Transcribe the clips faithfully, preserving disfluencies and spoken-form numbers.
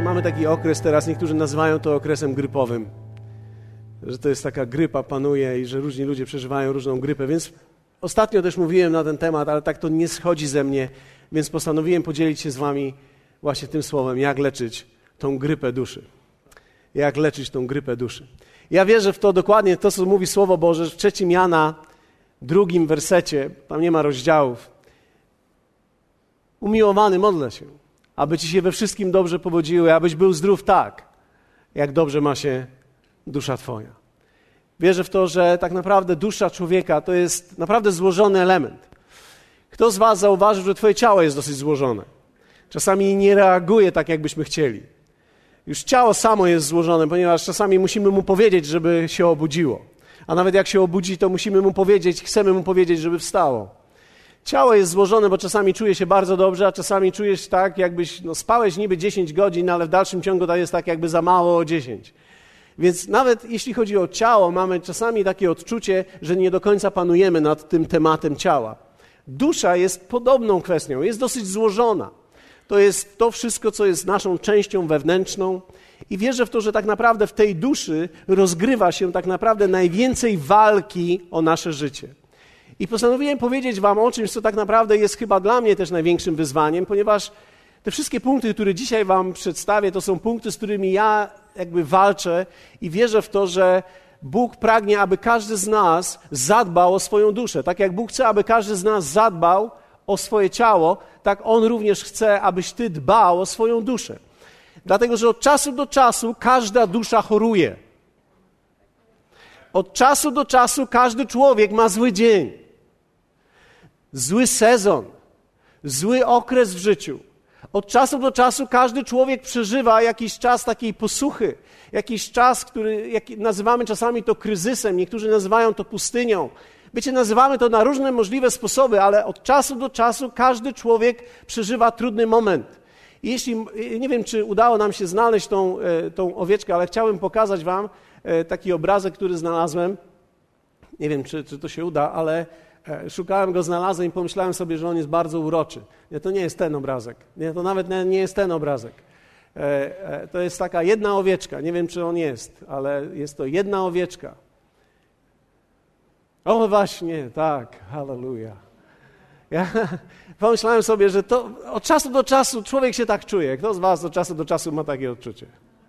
Wiecie, mamy taki okres teraz, niektórzy nazywają to okresem grypowym, że to jest taka grypa panuje i że różni ludzie przeżywają różną grypę, więc ostatnio też mówiłem na ten temat, ale tak to nie schodzi ze mnie, więc postanowiłem podzielić się z wami właśnie tym słowem, jak leczyć tą grypę duszy. Jak leczyć tą grypę duszy. Ja wierzę w to dokładnie, to co mówi Słowo Boże, w trzecim Jana, drugim wersecie, tam nie ma rozdziałów. Umiłowany, modlę się, aby ci się we wszystkim dobrze powodziły, abyś był zdrów tak, jak dobrze ma się dusza twoja. Wierzę w to, że tak naprawdę dusza człowieka to jest naprawdę złożony element. Kto z was zauważył, że twoje ciało jest dosyć złożone? Czasami nie reaguje tak, jakbyśmy chcieli. Już ciało samo jest złożone, ponieważ czasami musimy mu powiedzieć, żeby się obudziło. A nawet jak się obudzi, to musimy mu powiedzieć, chcemy mu powiedzieć, żeby wstało. Ciało jest złożone, bo czasami czuje się bardzo dobrze, a czasami czujesz tak, jakbyś no, spałeś niby dziesięć godzin, ale w dalszym ciągu to jest tak jakby za mało o dziesięć. Więc nawet jeśli chodzi o ciało, mamy czasami takie odczucie, że nie do końca panujemy nad tym tematem ciała. Dusza jest podobną kwestią, jest dosyć złożona. To jest to wszystko, co jest naszą częścią wewnętrzną i wierzę w to, że tak naprawdę w tej duszy rozgrywa się tak naprawdę najwięcej walki o nasze życie. I postanowiłem powiedzieć wam o czymś, co tak naprawdę jest chyba dla mnie też największym wyzwaniem, ponieważ te wszystkie punkty, które dzisiaj wam przedstawię, to są punkty, z którymi ja jakby walczę i wierzę w to, że Bóg pragnie, aby każdy z nas zadbał o swoją duszę. Tak jak Bóg chce, aby każdy z nas zadbał o swoje ciało, tak On również chce, abyś ty dbał o swoją duszę. Dlatego, że od czasu do czasu każda dusza choruje. Od czasu do czasu każdy człowiek ma zły dzień, zły sezon, zły okres w życiu. Od czasu do czasu każdy człowiek przeżywa jakiś czas takiej posuchy, jakiś czas, który jak nazywamy czasami to kryzysem, niektórzy nazywają to pustynią. Wiecie, nazywamy to na różne możliwe sposoby, ale od czasu do czasu każdy człowiek przeżywa trudny moment. I jeśli, nie wiem, czy udało nam się znaleźć tą, tą owieczkę, ale chciałem pokazać wam taki obrazek, który znalazłem. Nie wiem, czy, czy to się uda, ale szukałem go, znalazłem i pomyślałem sobie, że on jest bardzo uroczy. Nie, to nie jest ten obrazek. Nie, to nawet nie jest ten obrazek. To jest taka jedna owieczka. Nie wiem, czy on jest, ale jest to jedna owieczka. O właśnie, tak, halleluja. Ja pomyślałem sobie, że to od czasu do czasu człowiek się tak czuje. Kto z was od czasu do czasu ma takie odczucie?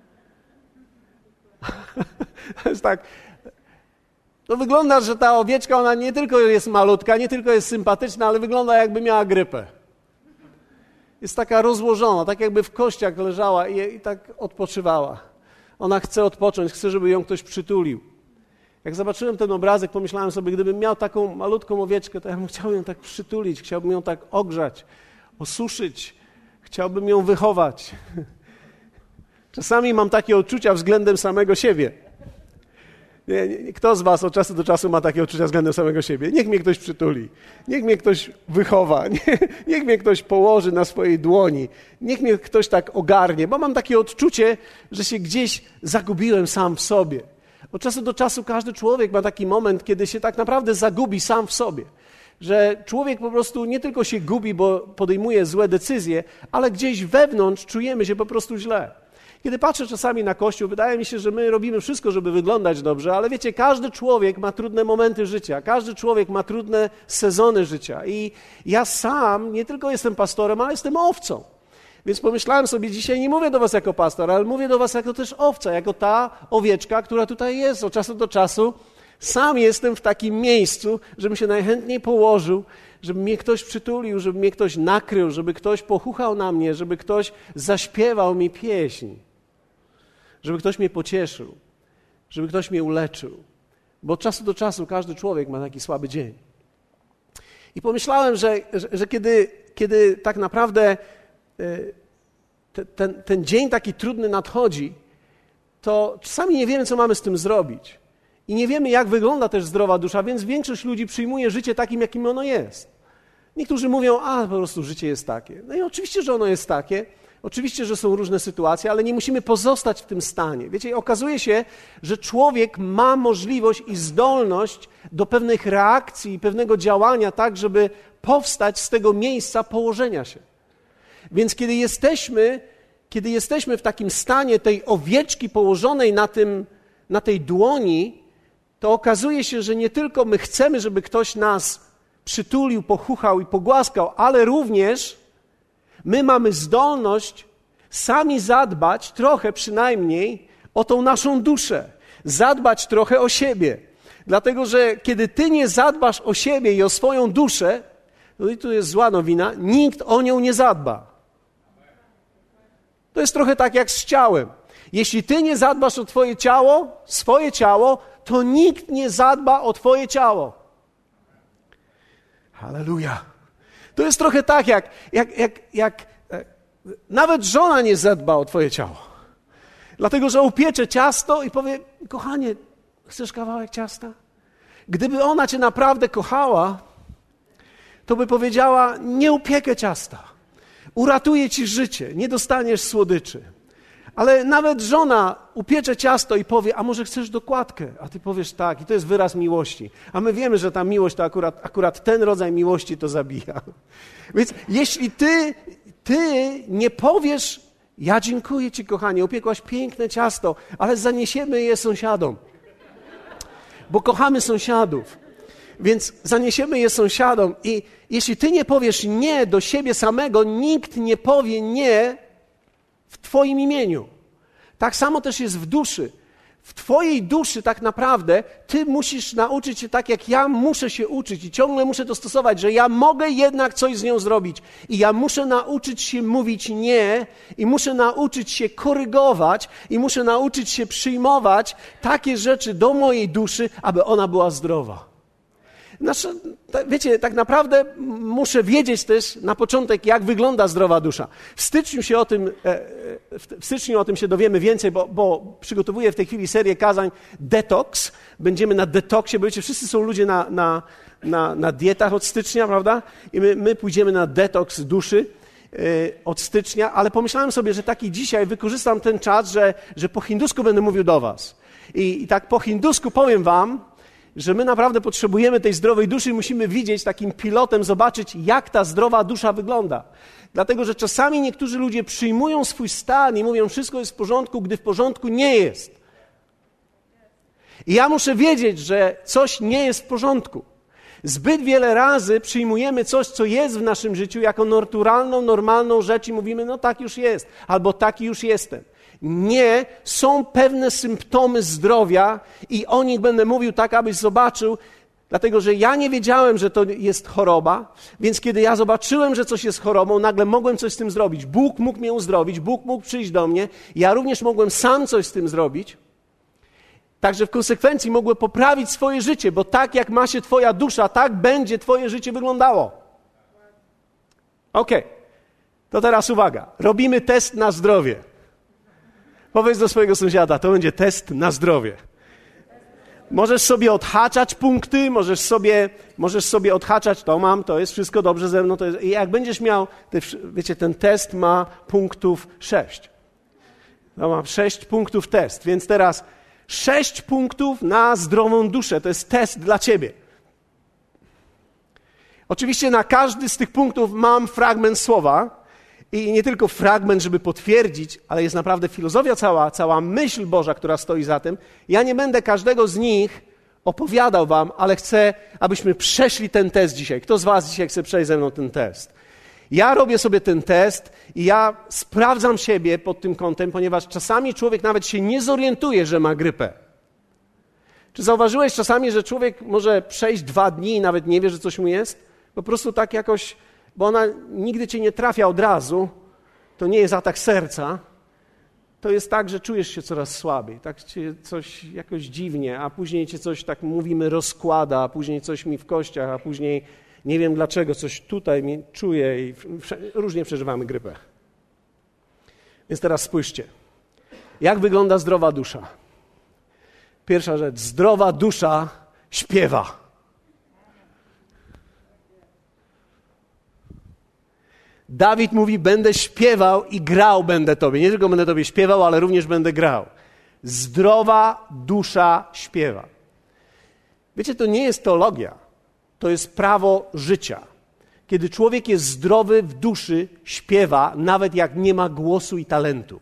To jest tak. To wygląda, że ta owieczka, ona nie tylko jest malutka, nie tylko jest sympatyczna, ale wygląda, jakby miała grypę. Jest taka rozłożona, tak jakby w kościach leżała i, i tak odpoczywała. Ona chce odpocząć, chce, żeby ją ktoś przytulił. Jak zobaczyłem ten obrazek, pomyślałem sobie, gdybym miał taką malutką owieczkę, to ja bym chciał ją tak przytulić, chciałbym ją tak ogrzać, osuszyć, chciałbym ją wychować. Czasami mam takie odczucia względem samego siebie. Nie, nie, kto z was od czasu do czasu ma takie odczucia względem samego siebie? Niech mnie ktoś przytuli, niech mnie ktoś wychowa, nie, niech mnie ktoś położy na swojej dłoni, niech mnie ktoś tak ogarnie, bo mam takie odczucie, że się gdzieś zagubiłem sam w sobie. Od czasu do czasu każdy człowiek ma taki moment, kiedy się tak naprawdę zagubi sam w sobie. Że człowiek po prostu nie tylko się gubi, bo podejmuje złe decyzje, ale gdzieś wewnątrz czujemy się po prostu źle. Kiedy patrzę czasami na Kościół, wydaje mi się, że my robimy wszystko, żeby wyglądać dobrze, ale wiecie, każdy człowiek ma trudne momenty życia, każdy człowiek ma trudne sezony życia i ja sam nie tylko jestem pastorem, ale jestem owcą. Więc pomyślałem sobie dzisiaj, nie mówię do was jako pastor, ale mówię do was jako też owca, jako ta owieczka, która tutaj jest. Od czasu do czasu sam jestem w takim miejscu, żebym się najchętniej położył, żeby mnie ktoś przytulił, żeby mnie ktoś nakrył, żeby ktoś pochuchał na mnie, żeby ktoś zaśpiewał mi pieśń, żeby ktoś mnie pocieszył, żeby ktoś mnie uleczył. Bo od czasu do czasu każdy człowiek ma taki słaby dzień. I pomyślałem, że, że, że kiedy, kiedy tak naprawdę Ten, ten dzień taki trudny nadchodzi, to czasami nie wiemy, co mamy z tym zrobić. I nie wiemy, jak wygląda też zdrowa dusza, więc większość ludzi przyjmuje życie takim, jakim ono jest. Niektórzy mówią, a po prostu życie jest takie. No i oczywiście, że ono jest takie. Oczywiście, że są różne sytuacje, ale nie musimy pozostać w tym stanie. Wiecie, okazuje się, że człowiek ma możliwość i zdolność do pewnych reakcji i pewnego działania tak, żeby powstać z tego miejsca położenia się. Więc kiedy jesteśmy kiedy jesteśmy w takim stanie tej owieczki położonej na, tym, na tej dłoni, to okazuje się, że nie tylko my chcemy, żeby ktoś nas przytulił, pochuchał i pogłaskał, ale również my mamy zdolność sami zadbać trochę przynajmniej o tą naszą duszę, zadbać trochę o siebie. Dlatego, że kiedy ty nie zadbasz o siebie i o swoją duszę, no i tu jest zła nowina, nikt o nią nie zadba. To jest trochę tak jak z ciałem. Jeśli ty nie zadbasz o twoje ciało, swoje ciało, to nikt nie zadba o twoje ciało. Halleluja. To jest trochę tak jak, jak, jak, jak e, nawet żona nie zadba o twoje ciało. Dlatego, że upiecze ciasto i powie, kochanie, chcesz kawałek ciasta? Gdyby ona cię naprawdę kochała, to by powiedziała, nie upiekę ciasta. Uratuję ci życie, nie dostaniesz słodyczy. Ale nawet żona upiecze ciasto i powie, a może chcesz dokładkę? A ty powiesz tak i to jest wyraz miłości. A my wiemy, że ta miłość to akurat, akurat ten rodzaj miłości to zabija. Więc jeśli ty, ty nie powiesz, ja dziękuję ci kochanie, upiekłaś piękne ciasto, ale zaniesiemy je sąsiadom. Bo kochamy sąsiadów. Więc zaniesiemy je sąsiadom i jeśli ty nie powiesz nie do siebie samego, nikt nie powie nie w twoim imieniu. Tak samo też jest w duszy. W twojej duszy tak naprawdę ty musisz nauczyć się tak, jak ja muszę się uczyć i ciągle muszę to stosować, że ja mogę jednak coś z nią zrobić i ja muszę nauczyć się mówić nie i muszę nauczyć się korygować i muszę nauczyć się przyjmować takie rzeczy do mojej duszy, aby ona była zdrowa. Znaczy, wiecie, tak naprawdę muszę wiedzieć też na początek, jak wygląda zdrowa dusza. W styczniu się o tym, w styczniu o tym się dowiemy więcej, bo, bo przygotowuję w tej chwili serię kazań Detox. Będziemy na detoksie, bo wiecie, wszyscy są ludzie na, na, na, na dietach od stycznia, prawda? I my, my pójdziemy na detoks duszy od stycznia, ale pomyślałem sobie, że taki dzisiaj wykorzystam ten czas, że, że po hindusku będę mówił do was. I, i tak po hindusku powiem wam, że my naprawdę potrzebujemy tej zdrowej duszy i musimy widzieć takim pilotem, zobaczyć, jak ta zdrowa dusza wygląda. Dlatego, że czasami niektórzy ludzie przyjmują swój stan i mówią, wszystko jest w porządku, gdy w porządku nie jest. I ja muszę wiedzieć, że coś nie jest w porządku. Zbyt wiele razy przyjmujemy coś, co jest w naszym życiu, jako naturalną, normalną rzecz i mówimy, no tak już jest, albo taki już jestem. Nie, są pewne symptomy zdrowia i o nich będę mówił tak, abyś zobaczył, dlatego że ja nie wiedziałem, że to jest choroba, więc kiedy ja zobaczyłem, że coś jest chorobą, nagle mogłem coś z tym zrobić. Bóg mógł mnie uzdrowić, Bóg mógł przyjść do mnie, ja również mogłem sam coś z tym zrobić, także w konsekwencji mogłem poprawić swoje życie, bo tak jak ma się twoja dusza, tak będzie twoje życie wyglądało. Okej, to teraz uwaga, robimy test na zdrowie. Powiedz do swojego sąsiada, to będzie test na zdrowie. Możesz sobie odhaczać punkty, możesz sobie, możesz sobie odhaczać, to mam, to jest wszystko dobrze ze mną. To jest, i jak będziesz miał, te, wiecie, ten test ma punktów sześć. To ma sześć punktów test, więc teraz sześć punktów na zdrową duszę. To jest test dla ciebie. Oczywiście na każdy z tych punktów mam fragment słowa, i nie tylko fragment, żeby potwierdzić, ale jest naprawdę filozofia cała, cała myśl Boża, która stoi za tym. Ja nie będę każdego z nich opowiadał wam, ale chcę, abyśmy przeszli ten test dzisiaj. Kto z was dzisiaj chce przejść ze mną ten test? Ja robię sobie ten test i ja sprawdzam siebie pod tym kątem, ponieważ czasami człowiek nawet się nie zorientuje, że ma grypę. Czy zauważyłeś czasami, że człowiek może przejść dwa dni i nawet nie wie, że coś mu jest? Po prostu tak jakoś... bo ona nigdy cię nie trafia od razu, to nie jest atak serca, to jest tak, że czujesz się coraz słabiej, tak cię coś jakoś dziwnie, a później cię coś, tak mówimy, rozkłada, a później coś mi w kościach, a później nie wiem dlaczego, coś tutaj mi czuję i różnie przeżywamy grypę. Więc teraz spójrzcie, jak wygląda zdrowa dusza? Pierwsza rzecz, zdrowa dusza śpiewa. Dawid mówi, będę śpiewał i grał będę Tobie. Nie tylko będę Tobie śpiewał, ale również będę grał. Zdrowa dusza śpiewa. Wiecie, to nie jest teologia. To jest prawo życia. kiedy człowiek jest zdrowy w duszy, śpiewa, nawet jak nie ma głosu i talentu.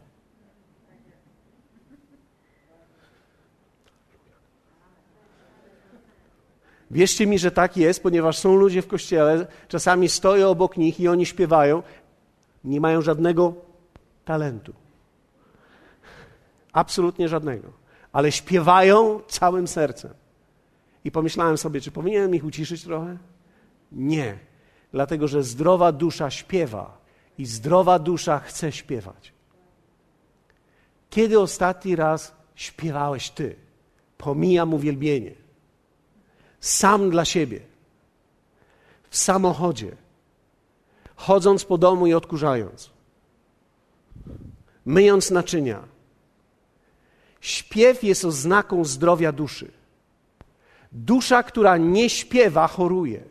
Wierzcie mi, że tak jest, ponieważ są ludzie w kościele, czasami stoję obok nich i oni śpiewają, nie mają żadnego talentu. Absolutnie żadnego. Ale śpiewają całym sercem. I pomyślałem sobie, czy powinienem ich uciszyć trochę? Nie. Dlatego, że zdrowa dusza śpiewa i zdrowa dusza chce śpiewać. Kiedy ostatni raz śpiewałeś ty? Pomijam uwielbienie. Sam dla siebie. W samochodzie. Chodząc po domu i odkurzając. Myjąc naczynia. Śpiew jest oznaką zdrowia duszy. Dusza, która nie śpiewa, choruje.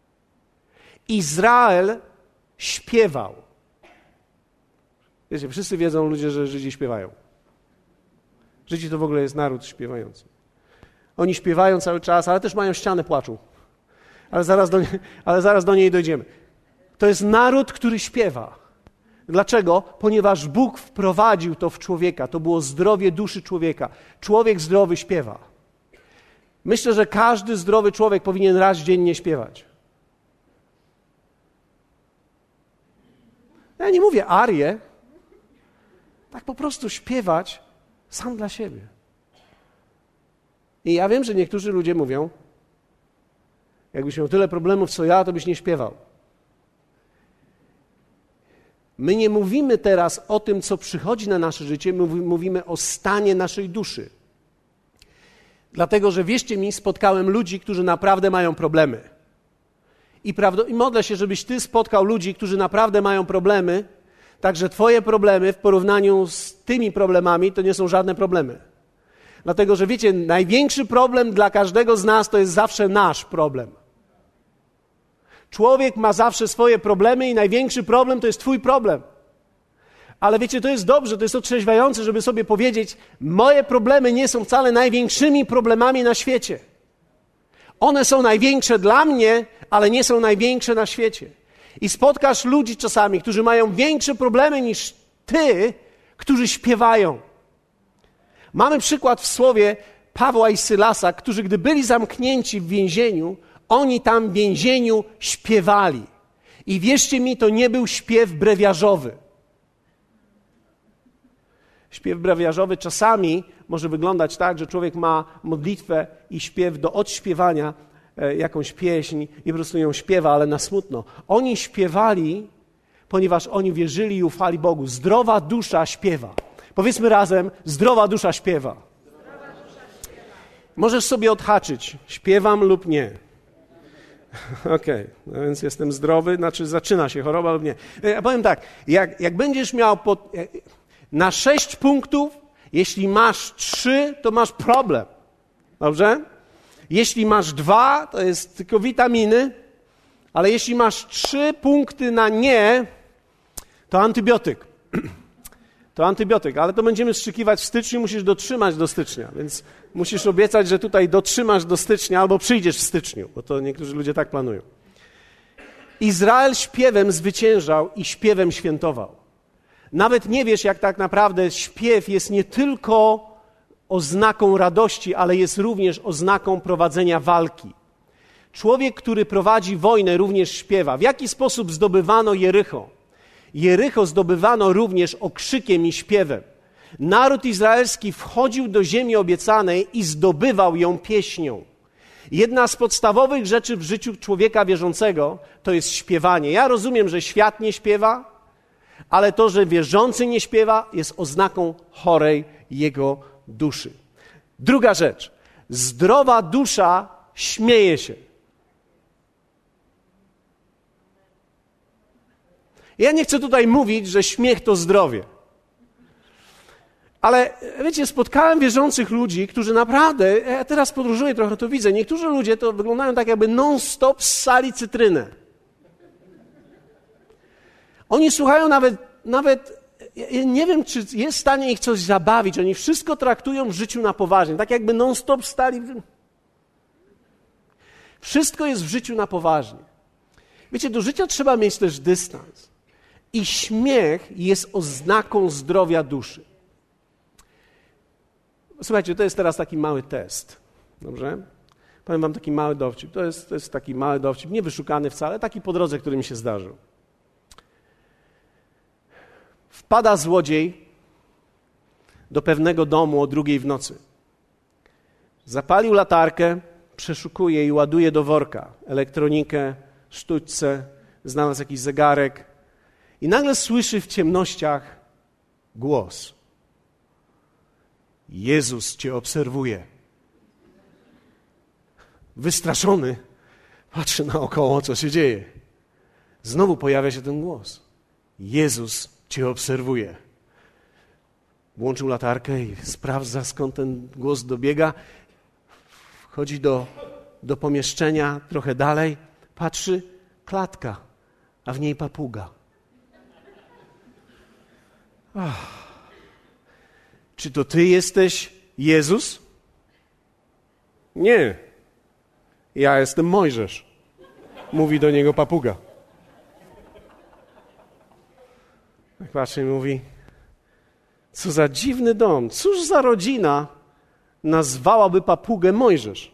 Izrael śpiewał. Wiecie, wszyscy wiedzą ludzie, że Żydzi śpiewają. Żydzi to w ogóle jest naród śpiewający. Oni śpiewają cały czas, ale też mają ścianę płaczu. Ale zaraz do, nie, ale zaraz do niej dojdziemy. To jest naród, który śpiewa. Dlaczego? Ponieważ Bóg wprowadził to w człowieka. To było zdrowie duszy człowieka. Człowiek zdrowy śpiewa. Myślę, że każdy zdrowy człowiek powinien raz dziennie śpiewać. Ja nie mówię arię. Tak po prostu śpiewać sam dla siebie. I ja wiem, że niektórzy ludzie mówią, jakbyś miał tyle problemów, co ja, to byś nie śpiewał. My nie mówimy teraz o tym, co przychodzi na nasze życie, my mówimy o stanie naszej duszy. Dlatego, że wierzcie mi, spotkałem ludzi, którzy naprawdę mają problemy. I, prawdo, I modlę się, żebyś ty spotkał ludzi, którzy naprawdę mają problemy, także twoje problemy w porównaniu z tymi problemami to nie są żadne problemy. Dlatego, że wiecie, największy problem dla każdego z nas to jest zawsze nasz problem. Człowiek ma zawsze swoje problemy i największy problem to jest twój problem. Ale wiecie, to jest dobrze, to jest otrzeźwiające, żeby sobie powiedzieć, moje problemy nie są wcale największymi problemami na świecie. One są największe dla mnie, ale nie są największe na świecie. I spotkasz ludzi czasami, którzy mają większe problemy niż ty, którzy śpiewają. Mamy przykład w słowie Pawła i Sylasa, którzy gdy byli zamknięci w więzieniu, oni tam w więzieniu śpiewali. I wierzcie mi, to nie był śpiew brewiarzowy. Śpiew brewiarzowy czasami może wyglądać tak, że człowiek ma modlitwę i śpiew do odśpiewania, e, jakąś pieśń i po prostu ją śpiewa, ale na smutno. Oni śpiewali, ponieważ oni wierzyli i ufali Bogu. Zdrowa dusza śpiewa. Powiedzmy razem, zdrowa dusza śpiewa. Zdrowa dusza śpiewa. Możesz sobie odhaczyć, śpiewam lub nie. Okej, okay, no więc jestem zdrowy, znaczy zaczyna się choroba lub nie. Ja powiem tak, jak, jak będziesz miał pod, na sześć punktów, jeśli masz trzy, to masz problem. Dobrze? Jeśli masz dwa, to jest tylko witaminy, ale jeśli masz trzy punkty na nie, to antybiotyk. To antybiotyk, ale to będziemy strzykiwać w styczniu, musisz dotrzymać do stycznia, więc musisz obiecać, że tutaj dotrzymasz do stycznia albo przyjdziesz w styczniu, bo to niektórzy ludzie tak planują. Izrael śpiewem zwyciężał i śpiewem świętował. Nawet nie wiesz, jak tak naprawdę śpiew jest nie tylko oznaką radości, ale jest również oznaką prowadzenia walki. Człowiek, który prowadzi wojnę, również śpiewa. W jaki sposób zdobywano Jericho? Jericho zdobywano również okrzykiem i śpiewem. Naród izraelski wchodził do ziemi obiecanej i zdobywał ją pieśnią. Jedna z podstawowych rzeczy w życiu człowieka wierzącego to jest śpiewanie. Ja rozumiem, że świat nie śpiewa, ale to, że wierzący nie śpiewa, jest oznaką chorej jego duszy. Druga rzecz. Zdrowa dusza śmieje się. Ja nie chcę tutaj mówić, że śmiech to zdrowie. Ale wiecie, spotkałem wierzących ludzi, którzy naprawdę, ja teraz podróżuję trochę, to widzę, niektórzy ludzie to wyglądają tak, jakby non-stop ssali cytrynę. Oni słuchają nawet, nawet, ja nie wiem, czy jest w stanie ich coś zabawić, oni wszystko traktują w życiu na poważnie, tak jakby non-stop stali. Wszystko jest w życiu na poważnie. Wiecie, do życia trzeba mieć też dystans. I śmiech jest oznaką zdrowia duszy. Słuchajcie, to jest teraz taki mały test. Dobrze? Powiem wam taki mały dowcip. To jest, to jest taki mały dowcip, nie wyszukany wcale, taki po drodze, który mi się zdarzył. Wpada złodziej do pewnego domu o drugiej w nocy. Zapalił latarkę, przeszukuje i ładuje do worka elektronikę, sztućce, znalazł jakiś zegarek i nagle słyszy w ciemnościach głos. Jezus cię obserwuje. Wystraszony patrzy naokoło, co się dzieje. Znowu pojawia się ten głos. Jezus cię obserwuje. Włączył latarkę i sprawdza, skąd ten głos dobiega. Wchodzi do, do pomieszczenia trochę dalej, patrzy, klatka, a w niej papuga. Ach. Czy to ty jesteś Jezus? Nie. Ja jestem Mojżesz. Mówi do niego papuga. Tak patrzy i mówi, co za dziwny dom, cóż za rodzina nazwałaby papugę Mojżesz?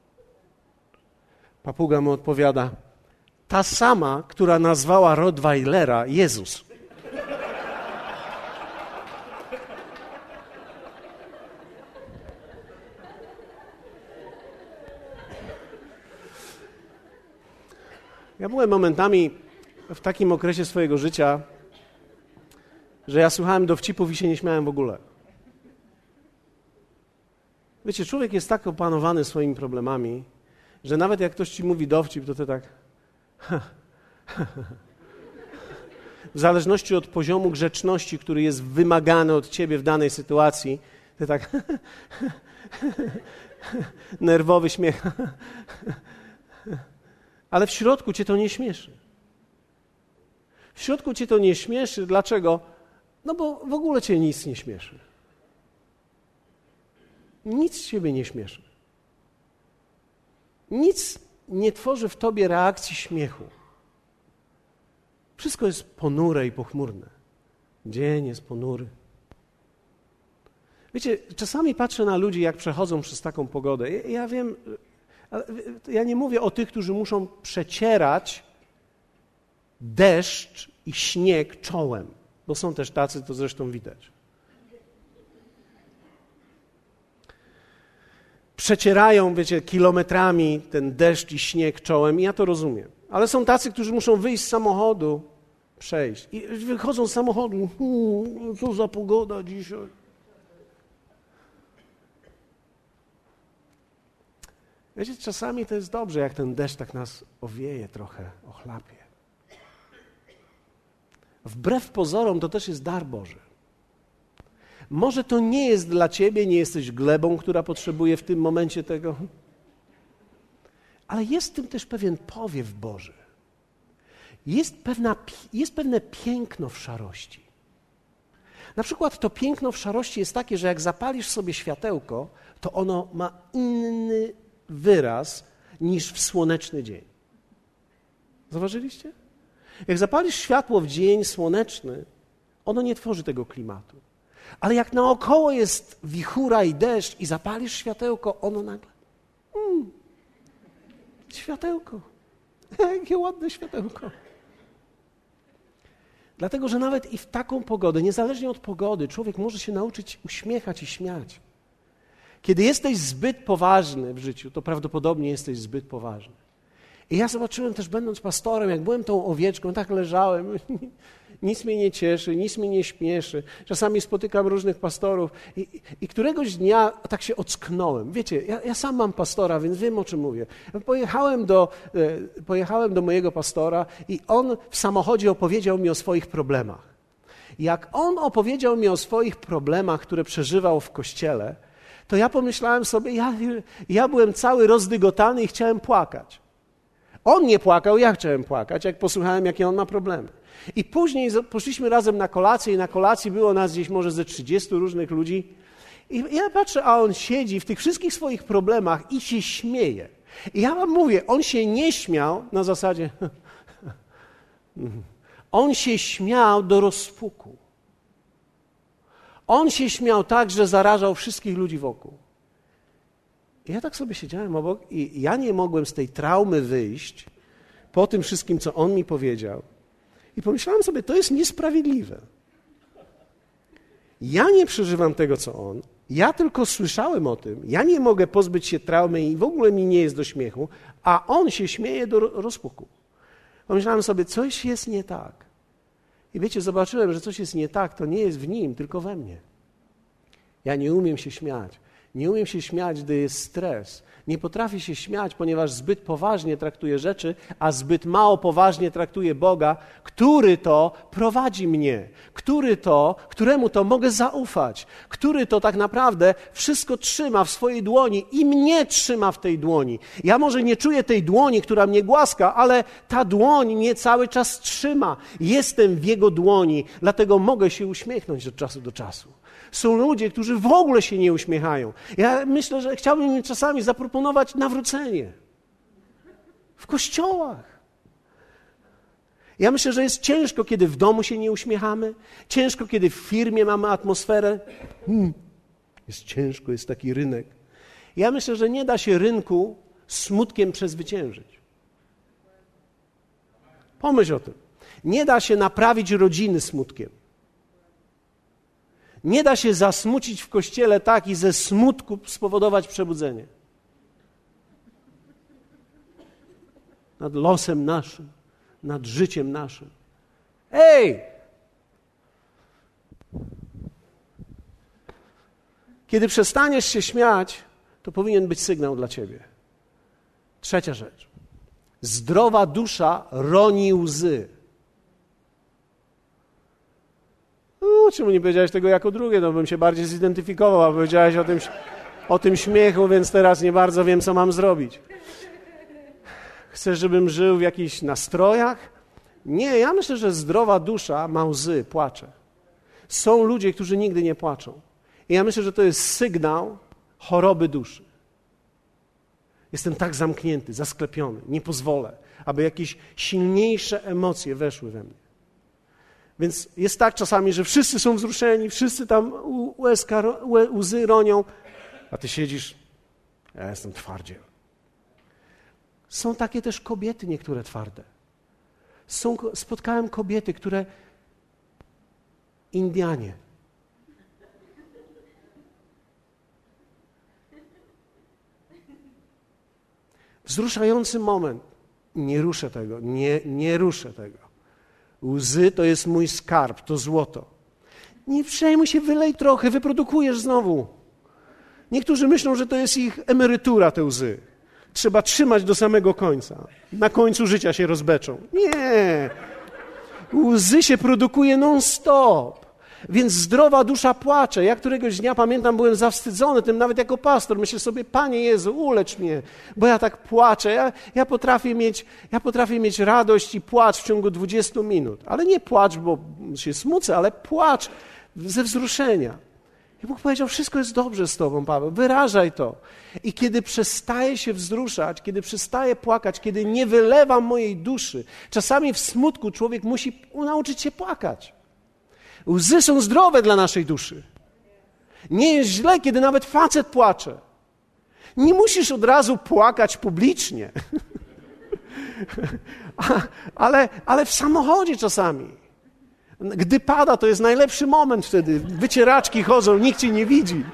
Papuga mu odpowiada, ta sama, która nazwała Rottweilera Jezus. Ja byłem momentami w takim okresie swojego życia, że ja słuchałem dowcipów i się nie śmiałem w ogóle. Wiecie, człowiek jest tak opanowany swoimi problemami, że nawet jak ktoś ci mówi dowcip, to ty tak... W zależności od poziomu grzeczności, który jest wymagany od ciebie w danej sytuacji, ty tak... Nerwowy śmiech. Ale w środku cię to nie śmieszy. W środku cię to nie śmieszy. Dlaczego? No bo w ogóle cię nic nie śmieszy. Nic ciebie nie śmieszy. Nic nie tworzy w tobie reakcji śmiechu. Wszystko jest ponure i pochmurne. Dzień jest ponury. Wiecie, czasami patrzę na ludzi, jak przechodzą przez taką pogodę. Ja, ja wiem, ja nie mówię o tych, którzy muszą przecierać deszcz i śnieg czołem, bo są też tacy, to zresztą widać. Przecierają, wiecie, kilometrami ten deszcz i śnieg czołem i ja to rozumiem. Ale są tacy, którzy muszą wyjść z samochodu, przejść. I wychodzą z samochodu, hmm, co za pogoda dzisiaj. Wiecie, czasami to jest dobrze, jak ten deszcz tak nas owieje trochę, ochlapie. Wbrew pozorom to też jest dar Boży. Może to nie jest dla ciebie, nie jesteś glebą, która potrzebuje w tym momencie tego, ale jest w tym też pewien powiew Boży. Jest, pewna, jest pewne piękno w szarości. Na przykład to piękno w szarości jest takie, że jak zapalisz sobie światełko, to ono ma inny wyraz niż w słoneczny dzień. Zauważyliście? Jak zapalisz światło w dzień słoneczny, ono nie tworzy tego klimatu. Ale jak naokoło jest wichura i deszcz i zapalisz światełko, ono nagle... Mm, światełko. Jakie ładne światełko. Dlatego, że nawet i w taką pogodę, niezależnie od pogody, człowiek może się nauczyć uśmiechać i śmiać. Kiedy jesteś zbyt poważny w życiu, to prawdopodobnie jesteś zbyt poważny. I ja zobaczyłem też, będąc pastorem, jak byłem tą owieczką, tak leżałem, nic mnie nie cieszy, nic mnie nie śmieszy. Czasami spotykam różnych pastorów i, i, i któregoś dnia tak się ocknąłem. Wiecie, ja, ja sam mam pastora, więc wiem, o czym mówię. Pojechałem do, e, pojechałem do mojego pastora i on w samochodzie opowiedział mi o swoich problemach. Jak on opowiedział mi o swoich problemach, które przeżywał w kościele, to ja pomyślałem sobie, ja, ja byłem cały rozdygotany i chciałem płakać. On nie płakał, ja chciałem płakać, jak posłuchałem, jakie on ma problemy. I później poszliśmy razem na kolację i na kolacji było nas gdzieś może ze trzydziestu różnych ludzi. I ja patrzę, a on siedzi w tych wszystkich swoich problemach i się śmieje. I ja wam mówię, on się nie śmiał na zasadzie On się śmiał do rozpuku. On się śmiał tak, że zarażał wszystkich ludzi wokół. I ja tak sobie siedziałem obok i ja nie mogłem z tej traumy wyjść po tym wszystkim, co on mi powiedział. I pomyślałem sobie, to jest niesprawiedliwe. Ja nie przeżywam tego, co on. Ja tylko słyszałem o tym. Ja nie mogę pozbyć się traumy i w ogóle mi nie jest do śmiechu, a on się śmieje do rozpuku. Pomyślałem sobie, coś jest nie tak. I wiecie, zobaczyłem, że coś jest nie tak, to nie jest w nim, tylko we mnie. Ja nie umiem się śmiać. Nie umiem się śmiać, gdy jest stres. Nie potrafię się śmiać, ponieważ zbyt poważnie traktuję rzeczy, a zbyt mało poważnie traktuję Boga, który to prowadzi mnie, który to, któremu to mogę zaufać, który to tak naprawdę wszystko trzyma w swojej dłoni i mnie trzyma w tej dłoni. Ja może nie czuję tej dłoni, która mnie głaska, ale ta dłoń mnie cały czas trzyma. Jestem w jego dłoni, dlatego mogę się uśmiechnąć od czasu do czasu. Są ludzie, którzy w ogóle się nie uśmiechają. Ja myślę, że chciałbym im czasami zaproponować nawrócenie. W kościołach. Ja myślę, że jest ciężko, kiedy w domu się nie uśmiechamy. Ciężko, kiedy w firmie mamy atmosferę. Hmm, jest ciężko, jest taki rynek. Ja myślę, że nie da się rynku smutkiem przezwyciężyć. Pomyśl o tym. Nie da się naprawić rodziny smutkiem. Nie da się zasmucić w kościele tak i ze smutku spowodować przebudzenie. Nad losem naszym, nad życiem naszym. Ej! Kiedy przestaniesz się śmiać, to powinien być sygnał dla ciebie. Trzecia rzecz. Zdrowa dusza roni łzy. No, czemu nie powiedziałeś tego jako drugie? No bym się bardziej zidentyfikował, a powiedziałeś o tym, o tym śmiechu, więc teraz nie bardzo wiem, co mam zrobić. Chcesz, żebym żył w jakichś nastrojach? Nie, ja myślę, że zdrowa dusza ma łzy, płacze. Są ludzie, którzy nigdy nie płaczą. I ja myślę, że to jest sygnał choroby duszy. Jestem tak zamknięty, zasklepiony, nie pozwolę, aby jakieś silniejsze emocje weszły we mnie. Więc jest tak czasami, że wszyscy są wzruszeni, wszyscy tam łezka, łzy ronią, a ty siedzisz, ja jestem twardziel. Są takie też kobiety niektóre twarde. Są, spotkałem kobiety, które Indianie. Wzruszający moment. Nie ruszę tego, nie, nie ruszę tego. Łzy to jest mój skarb, to złoto. Nie przejmuj się, wylej trochę, wyprodukujesz znowu. Niektórzy myślą, że to jest ich emerytura, te łzy. Trzeba trzymać do samego końca. Na końcu życia się rozbeczą. Nie. Łzy się produkuje non-stop. Więc zdrowa dusza płacze. Ja któregoś dnia, pamiętam, byłem zawstydzony tym nawet jako pastor. Myślę sobie, Panie Jezu, ulecz mnie, bo ja tak płaczę. Ja, ja, potrafię mieć, ja potrafię mieć radość i płacz w ciągu dwudziestu minut. Ale nie płacz, bo się smucę, ale płacz ze wzruszenia. I Bóg powiedział, wszystko jest dobrze z Tobą, Paweł, wyrażaj to. I kiedy przestaję się wzruszać, kiedy przestaję płakać, kiedy nie wylewam mojej duszy, czasami w smutku człowiek musi nauczyć się płakać. Łzy są zdrowe dla naszej duszy. Nie jest źle, kiedy nawet facet płacze. Nie musisz od razu płakać publicznie. ale, ale w samochodzie czasami. Gdy pada, to jest najlepszy moment wtedy. Wycieraczki chodzą, nikt cię nie widzi.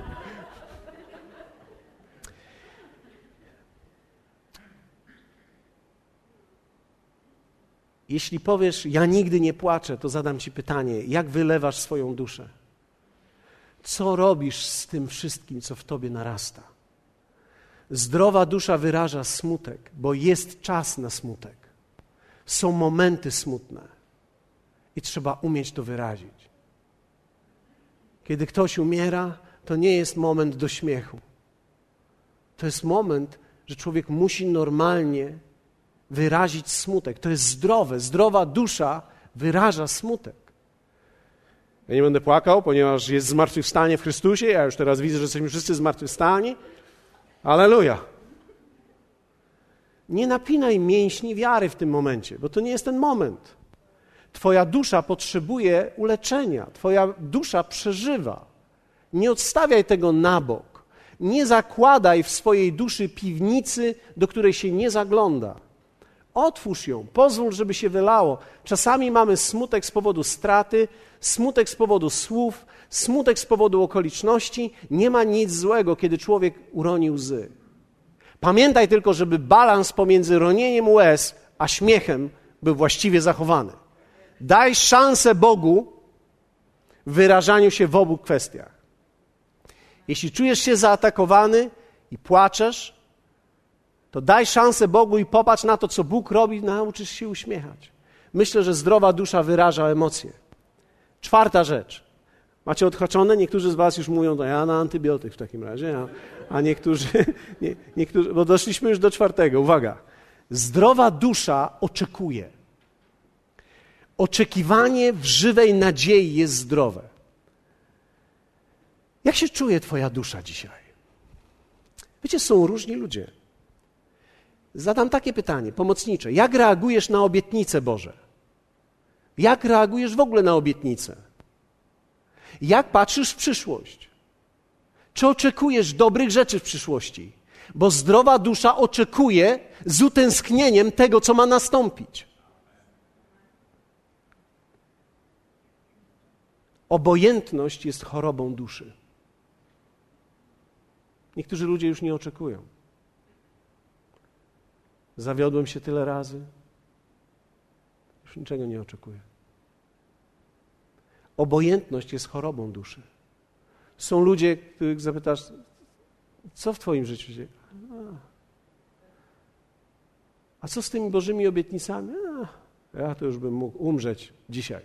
Jeśli powiesz, ja nigdy nie płaczę, to zadam ci pytanie, jak wylewasz swoją duszę? Co robisz z tym wszystkim, co w tobie narasta? Zdrowa dusza wyraża smutek, bo jest czas na smutek. Są momenty smutne i trzeba umieć to wyrazić. Kiedy ktoś umiera, to nie jest moment do śmiechu. To jest moment, że człowiek musi normalnie wyrazić smutek. To jest zdrowe. Zdrowa dusza wyraża smutek. Ja nie będę płakał, ponieważ jest zmartwychwstanie w Chrystusie. Ja już teraz widzę, że jesteśmy wszyscy zmartwychwstani. Alleluja. Nie napinaj mięśni wiary w tym momencie, bo to nie jest ten moment. Twoja dusza potrzebuje uleczenia. Twoja dusza przeżywa. Nie odstawiaj tego na bok. Nie zakładaj w swojej duszy piwnicy, do której się nie zagląda. Otwórz ją, pozwól, żeby się wylało. Czasami mamy smutek z powodu straty, smutek z powodu słów, smutek z powodu okoliczności. Nie ma nic złego, kiedy człowiek uroni łzy. Pamiętaj tylko, żeby balans pomiędzy ronieniem łez a śmiechem był właściwie zachowany. Daj szansę Bogu w wyrażaniu się w obu kwestiach. Jeśli czujesz się zaatakowany i płaczesz, to daj szansę Bogu i popatrz na to, co Bóg robi, nauczysz się uśmiechać. Myślę, że zdrowa dusza wyraża emocje. Czwarta rzecz. Macie odhaczone? Niektórzy z was już mówią, to ja na antybiotyk w takim razie, a, a niektórzy, nie, niektórzy, bo doszliśmy już do czwartego. Uwaga. Zdrowa dusza oczekuje. Oczekiwanie w żywej nadziei jest zdrowe. Jak się czuje twoja dusza dzisiaj? Wiecie, są różni ludzie. Zadam takie pytanie, pomocnicze. Jak reagujesz na obietnice Boże? Jak reagujesz w ogóle na obietnice? Jak patrzysz w przyszłość? Czy oczekujesz dobrych rzeczy w przyszłości? Bo zdrowa dusza oczekuje z utęsknieniem tego, co ma nastąpić. Obojętność jest chorobą duszy. Niektórzy ludzie już nie oczekują. Zawiodłem się tyle razy. Już niczego nie oczekuję. Obojętność jest chorobą duszy. Są ludzie, których zapytasz, co w twoim życiu dzieje? A, A co z tymi Bożymi obietnicami? A, ja to już bym mógł umrzeć dzisiaj.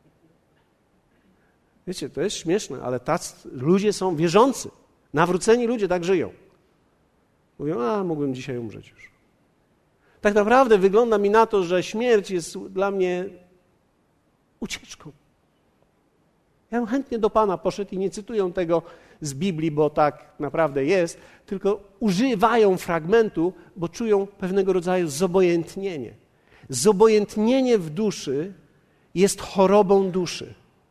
Wiecie, to jest śmieszne, ale tacy ludzie są wierzący. Nawróceni ludzie tak żyją. Mówią, a mógłbym dzisiaj umrzeć już. Tak naprawdę wygląda mi na to, że śmierć jest dla mnie ucieczką. Ja bym chętnie do Pana poszedł i nie cytują tego z Biblii, bo tak naprawdę jest, tylko używają fragmentu, bo czują pewnego rodzaju zobojętnienie. Zobojętnienie w duszy jest chorobą duszy.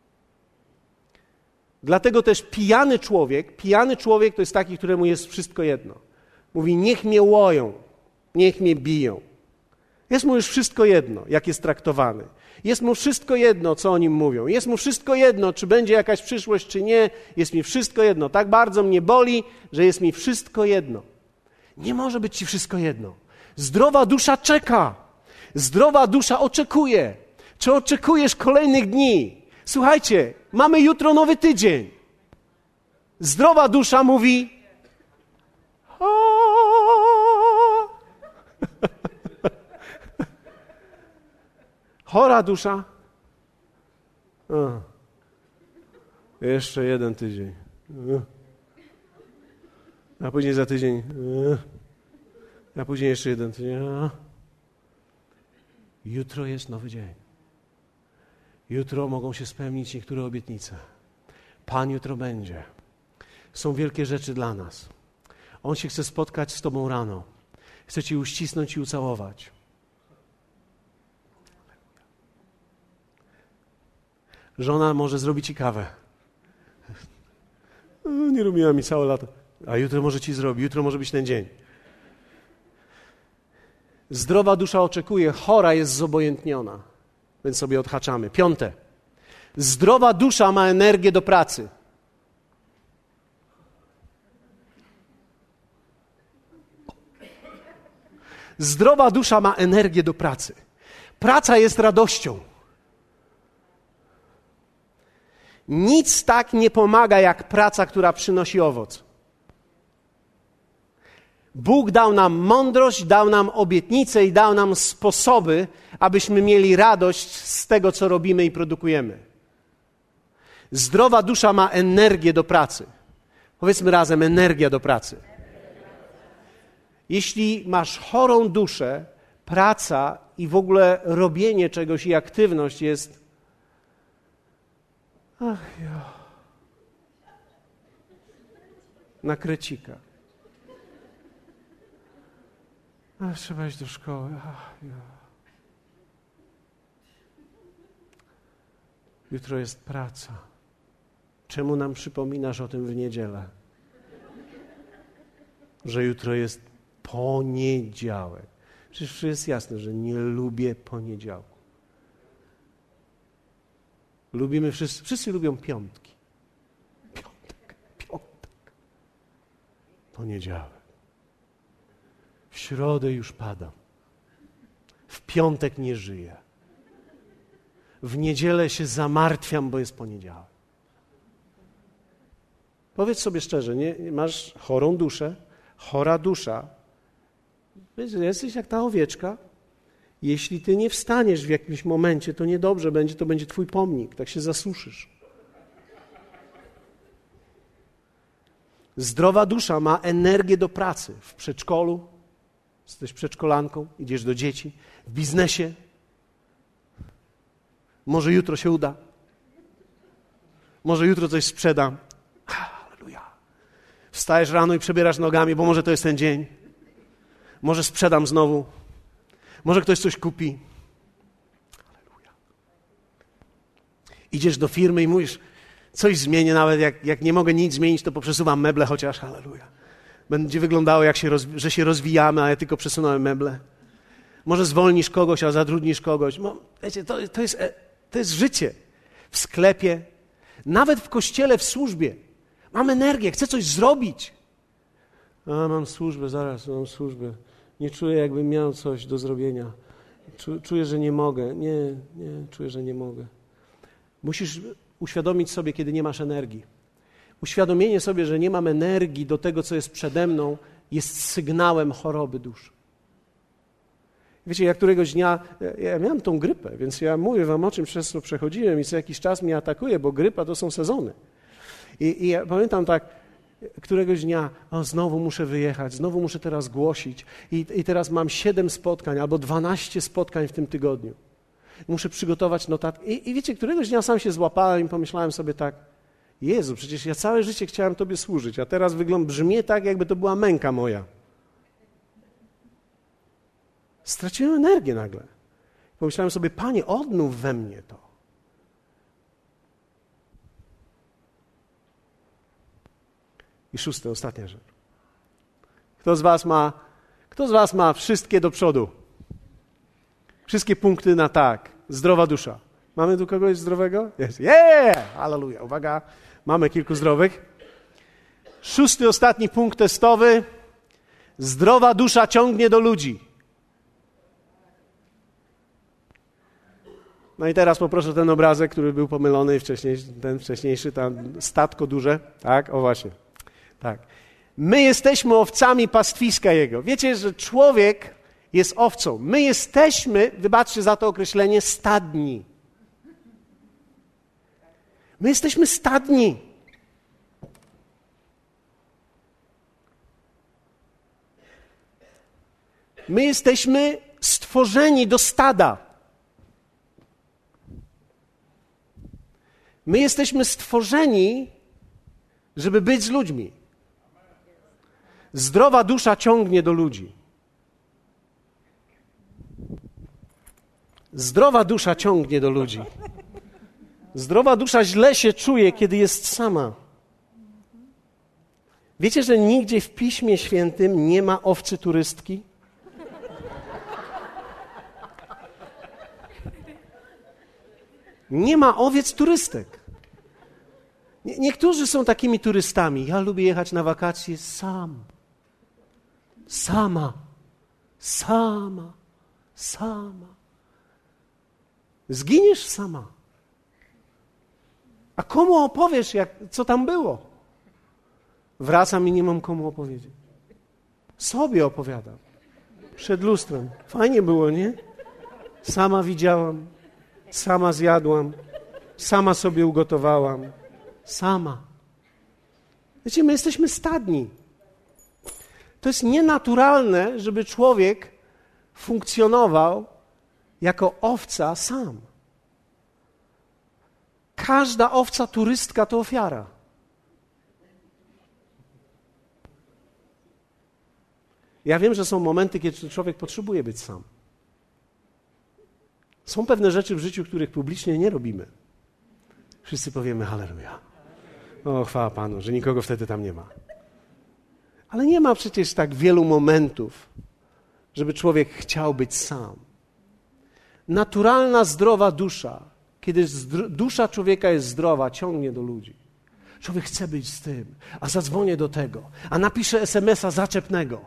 Dlatego też pijany człowiek, pijany człowiek to jest taki, któremu jest wszystko jedno. Mówi, niech mnie łoją, niech mnie biją. Jest mu już wszystko jedno, jak jest traktowany. Jest mu wszystko jedno, co o nim mówią. Jest mu wszystko jedno, czy będzie jakaś przyszłość, czy nie. Jest mi wszystko jedno. Tak bardzo mnie boli, że jest mi wszystko jedno. Nie może być ci wszystko jedno. Zdrowa dusza czeka. Zdrowa dusza oczekuje. Czy oczekujesz kolejnych dni? Słuchajcie, mamy jutro nowy tydzień. Zdrowa dusza mówi... Chora dusza. A, jeszcze jeden tydzień. A później za tydzień. A później jeszcze jeden tydzień. A. Jutro jest nowy dzień. Jutro mogą się spełnić niektóre obietnice. Pan jutro będzie. Są wielkie rzeczy dla nas. On się chce spotkać z tobą rano. Chce ci uścisnąć i ucałować. Żona może zrobić ci kawę. Nie robiła mi całe lato. A jutro może ci zrobi. Jutro może być ten dzień. Zdrowa dusza oczekuje, chora jest zobojętniona. Więc sobie odhaczamy. Piąte. Zdrowa dusza ma energię do pracy. Zdrowa dusza ma energię do pracy. Praca jest radością. Nic tak nie pomaga jak praca, która przynosi owoc. Bóg dał nam mądrość, dał nam obietnice i dał nam sposoby, abyśmy mieli radość z tego, co robimy i produkujemy. Zdrowa dusza ma energię do pracy. Powiedzmy razem, energia do pracy. Jeśli masz chorą duszę, praca i w ogóle robienie czegoś i aktywność jest... Ach ja... Na krecika. A, trzeba iść do szkoły. Ach, ja. Jutro jest praca. Czemu nam przypominasz o tym w niedzielę? Że jutro jest poniedziałek. Przecież jest jasne, że nie lubię poniedziałku. Lubimy wszyscy, wszyscy lubią piątki. Piątek, piątek. Poniedziałek. W środę już padam. W piątek nie żyję. W niedzielę się zamartwiam, bo jest poniedziałek. Powiedz sobie szczerze, nie, masz chorą duszę, chora dusza. Wiesz, jesteś jak ta owieczka. Jeśli ty nie wstaniesz w jakimś momencie, to niedobrze będzie, to będzie twój pomnik, tak się zasuszysz. Zdrowa dusza ma energię do pracy w przedszkolu, jesteś przedszkolanką, idziesz do dzieci, w biznesie. Może jutro się uda. Może jutro coś sprzedam. Halleluja. Wstajesz rano i przebierasz nogami, bo może to jest ten dzień. Może sprzedam znowu. Może ktoś coś kupi. Halleluja. Idziesz do firmy i mówisz, coś zmienię, nawet jak, jak nie mogę nic zmienić, to poprzesuwam meble chociaż. Halleluja. Będzie wyglądało, jak się roz, że się rozwijamy, a ja tylko przesunąłem meble. Może zwolnisz kogoś, a zatrudnisz kogoś. No, wiecie, to, to, jest, to jest życie. W sklepie, nawet w kościele, w służbie. Mam energię, chcę coś zrobić. A, mam służbę, zaraz, mam służbę. Nie czuję, jakbym miał coś do zrobienia. Czuję, że nie mogę. Nie, nie, czuję, że nie mogę. Musisz uświadomić sobie, kiedy nie masz energii. Uświadomienie sobie, że nie mam energii do tego, co jest przede mną, jest sygnałem choroby duszy. Wiecie, ja któregoś dnia, ja, ja miałem tą grypę, więc ja mówię wam, o czym często przechodziłem i co jakiś czas mnie atakuje, bo grypa to są sezony. I, i ja pamiętam tak, któregoś dnia, o, znowu muszę wyjechać, znowu muszę teraz głosić i, i teraz mam siedem spotkań albo dwanaście spotkań w tym tygodniu. Muszę przygotować notatki. I, I wiecie, któregoś dnia sam się złapałem i pomyślałem sobie tak, Jezu, przecież ja całe życie chciałem Tobie służyć, a teraz wygląda, brzmi tak, jakby to była męka moja. Straciłem energię nagle. Pomyślałem sobie, Panie, odnów we mnie to. I szóste, ostatnia rzecz. Kto z was ma, kto z was ma wszystkie do przodu? Wszystkie punkty na tak. Zdrowa dusza. Mamy tu kogoś zdrowego? Jest. Yeah! Halleluja. Uwaga, mamy kilku zdrowych. Szósty, ostatni punkt testowy. Zdrowa dusza ciągnie do ludzi. No i teraz poproszę ten obrazek, który był pomylony wcześniej, ten wcześniejszy, tam statko duże. Tak, o właśnie. Tak. My jesteśmy owcami pastwiska Jego. Wiecie, że człowiek jest owcą. My jesteśmy, wybaczcie za to określenie, stadni. My jesteśmy stadni. My jesteśmy stworzeni do stada. My jesteśmy stworzeni, żeby być z ludźmi. Zdrowa dusza ciągnie do ludzi. Zdrowa dusza ciągnie do ludzi. Zdrowa dusza źle się czuje, kiedy jest sama. Wiecie, że nigdzie w Piśmie Świętym nie ma owcy turystki? Nie ma owiec turystek. Nie, niektórzy są takimi turystami. Ja lubię jechać na wakacje sam. Sama. Sama. Sama. Zginiesz sama. A komu opowiesz, jak, co tam było? Wracam i nie mam komu opowiedzieć. Sobie opowiadam. Przed lustrem. Fajnie było, nie? Sama widziałam. Sama zjadłam. Sama sobie ugotowałam. Sama. Wiecie, my jesteśmy stadni. To jest nienaturalne, żeby człowiek funkcjonował jako owca sam. Każda owca turystka to ofiara. Ja wiem, że są momenty, kiedy człowiek potrzebuje być sam. Są pewne rzeczy w życiu, których publicznie nie robimy. Wszyscy powiemy halleluja. O, chwała Panu, że nikogo wtedy tam nie ma. Ale nie ma przecież tak wielu momentów, żeby człowiek chciał być sam. Naturalna, zdrowa dusza, kiedy zdro- dusza człowieka jest zdrowa, ciągnie do ludzi. Człowiek chce być z tym, a zadzwonię do tego, a napiszę es em es a zaczepnego.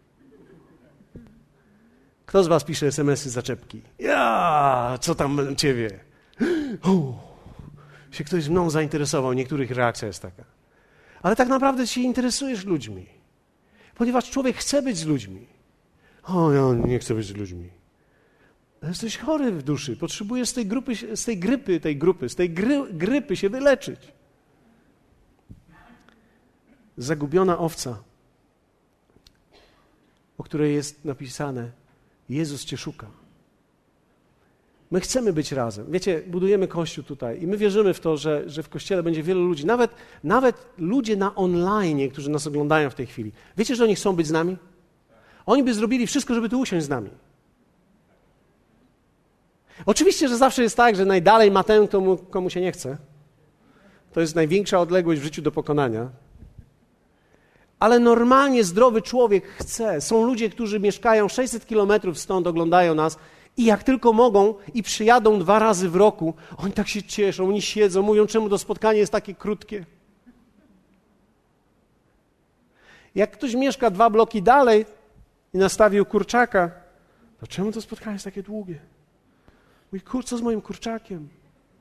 Kto z was pisze es em esy zaczepki? Ja, co tam ciebie? U, się ktoś mną zainteresował, niektórych reakcja jest taka. Ale tak naprawdę się interesujesz ludźmi, ponieważ człowiek chce być z ludźmi. O, ja nie chcę być z ludźmi. Jesteś chory w duszy, potrzebujesz z tej grupy, z tej grypy, tej grupy, z tej gry, grypy się wyleczyć. Zagubiona owca, o której jest napisane, Jezus cię szuka. My chcemy być razem. Wiecie, budujemy Kościół tutaj i my wierzymy w to, że, że w Kościele będzie wielu ludzi, nawet, nawet ludzie na online, którzy nas oglądają w tej chwili. Wiecie, że oni chcą być z nami? Oni by zrobili wszystko, żeby tu usiąść z nami. Oczywiście, że zawsze jest tak, że najdalej ma ten, komu, komu się nie chce. To jest największa odległość w życiu do pokonania. Ale normalnie zdrowy człowiek chce. Są ludzie, którzy mieszkają sześćset kilometrów stąd, oglądają nas i jak tylko mogą i przyjadą dwa razy w roku, oni tak się cieszą, oni siedzą, mówią, czemu to spotkanie jest takie krótkie. Jak ktoś mieszka dwa bloki dalej i nastawił kurczaka, to czemu to spotkanie jest takie długie? Mówi, kur, co z moim kurczakiem?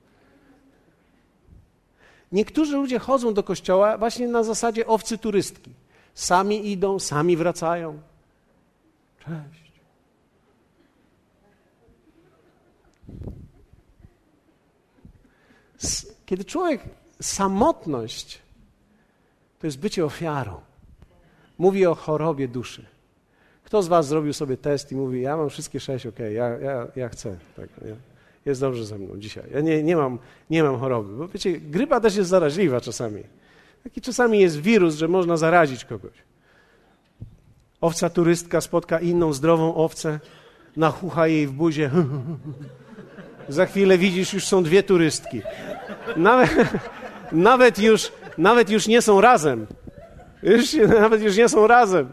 Niektórzy ludzie chodzą do kościoła właśnie na zasadzie owcy turystki. Sami idą, sami wracają. Cześć. Kiedy człowiek, samotność to jest bycie ofiarą. Mówi o chorobie duszy. Kto z was zrobił sobie test i mówi, ja mam wszystkie sześć, okej, okay, ja, ja, ja chcę. Tak, ja, jest dobrze ze mną dzisiaj. Ja nie, nie, mam, nie mam choroby. Bo wiecie, grypa też jest zaraźliwa czasami. Taki czasami jest wirus, że można zarazić kogoś. Owca turystka spotka inną zdrową owcę, nachucha jej w buzie. Za chwilę widzisz, już są dwie turystki. Nawet, nawet, już, nawet już nie są razem. Już, nawet już nie są razem.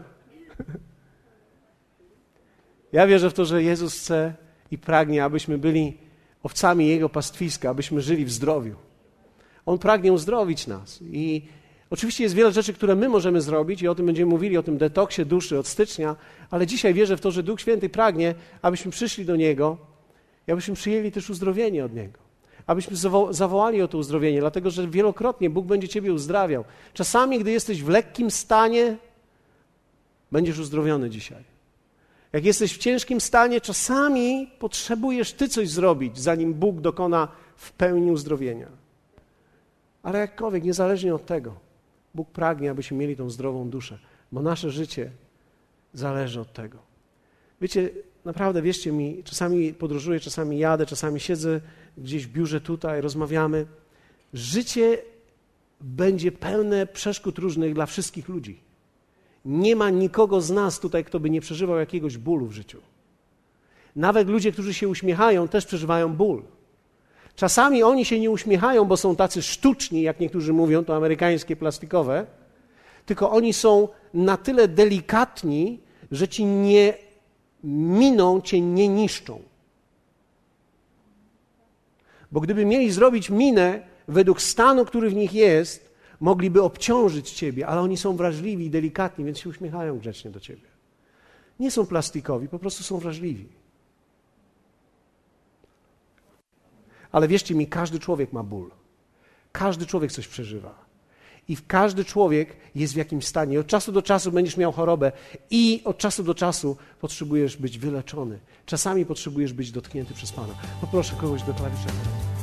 Ja wierzę w to, że Jezus chce i pragnie, abyśmy byli owcami Jego pastwiska, abyśmy żyli w zdrowiu. On pragnie uzdrowić nas. I oczywiście jest wiele rzeczy, które my możemy zrobić i o tym będziemy mówili, o tym detoksie duszy od stycznia, ale dzisiaj wierzę w to, że Duch Święty pragnie, abyśmy przyszli do Niego i abyśmy przyjęli też uzdrowienie od Niego. Abyśmy zawo- zawołali o to uzdrowienie, dlatego że wielokrotnie Bóg będzie Ciebie uzdrawiał. Czasami, gdy jesteś w lekkim stanie, będziesz uzdrowiony dzisiaj. Jak jesteś w ciężkim stanie, czasami potrzebujesz Ty coś zrobić, zanim Bóg dokona w pełni uzdrowienia. Ale jakkolwiek, niezależnie od tego, Bóg pragnie, abyśmy mieli tą zdrową duszę, bo nasze życie zależy od tego. Wiecie, naprawdę, wierzcie mi, czasami podróżuję, czasami jadę, czasami siedzę gdzieś w biurze tutaj, rozmawiamy. Życie będzie pełne przeszkód różnych dla wszystkich ludzi. Nie ma nikogo z nas tutaj, kto by nie przeżywał jakiegoś bólu w życiu. Nawet ludzie, którzy się uśmiechają, też przeżywają ból. Czasami oni się nie uśmiechają, bo są tacy sztuczni, jak niektórzy mówią, to amerykańskie, plastikowe, tylko oni są na tyle delikatni, że ci nie miną, cię nie niszczą. Bo gdyby mieli zrobić minę według stanu, który w nich jest, mogliby obciążyć ciebie, ale oni są wrażliwi i delikatni, więc się uśmiechają grzecznie do ciebie. Nie są plastikowi, po prostu są wrażliwi. Ale wierzcie mi, każdy człowiek ma ból. Każdy człowiek coś przeżywa. I każdy człowiek jest w jakimś stanie. Od czasu do czasu będziesz miał chorobę i od czasu do czasu potrzebujesz być wyleczony. Czasami potrzebujesz być dotknięty przez Pana. Poproszę kogoś do klawiszek.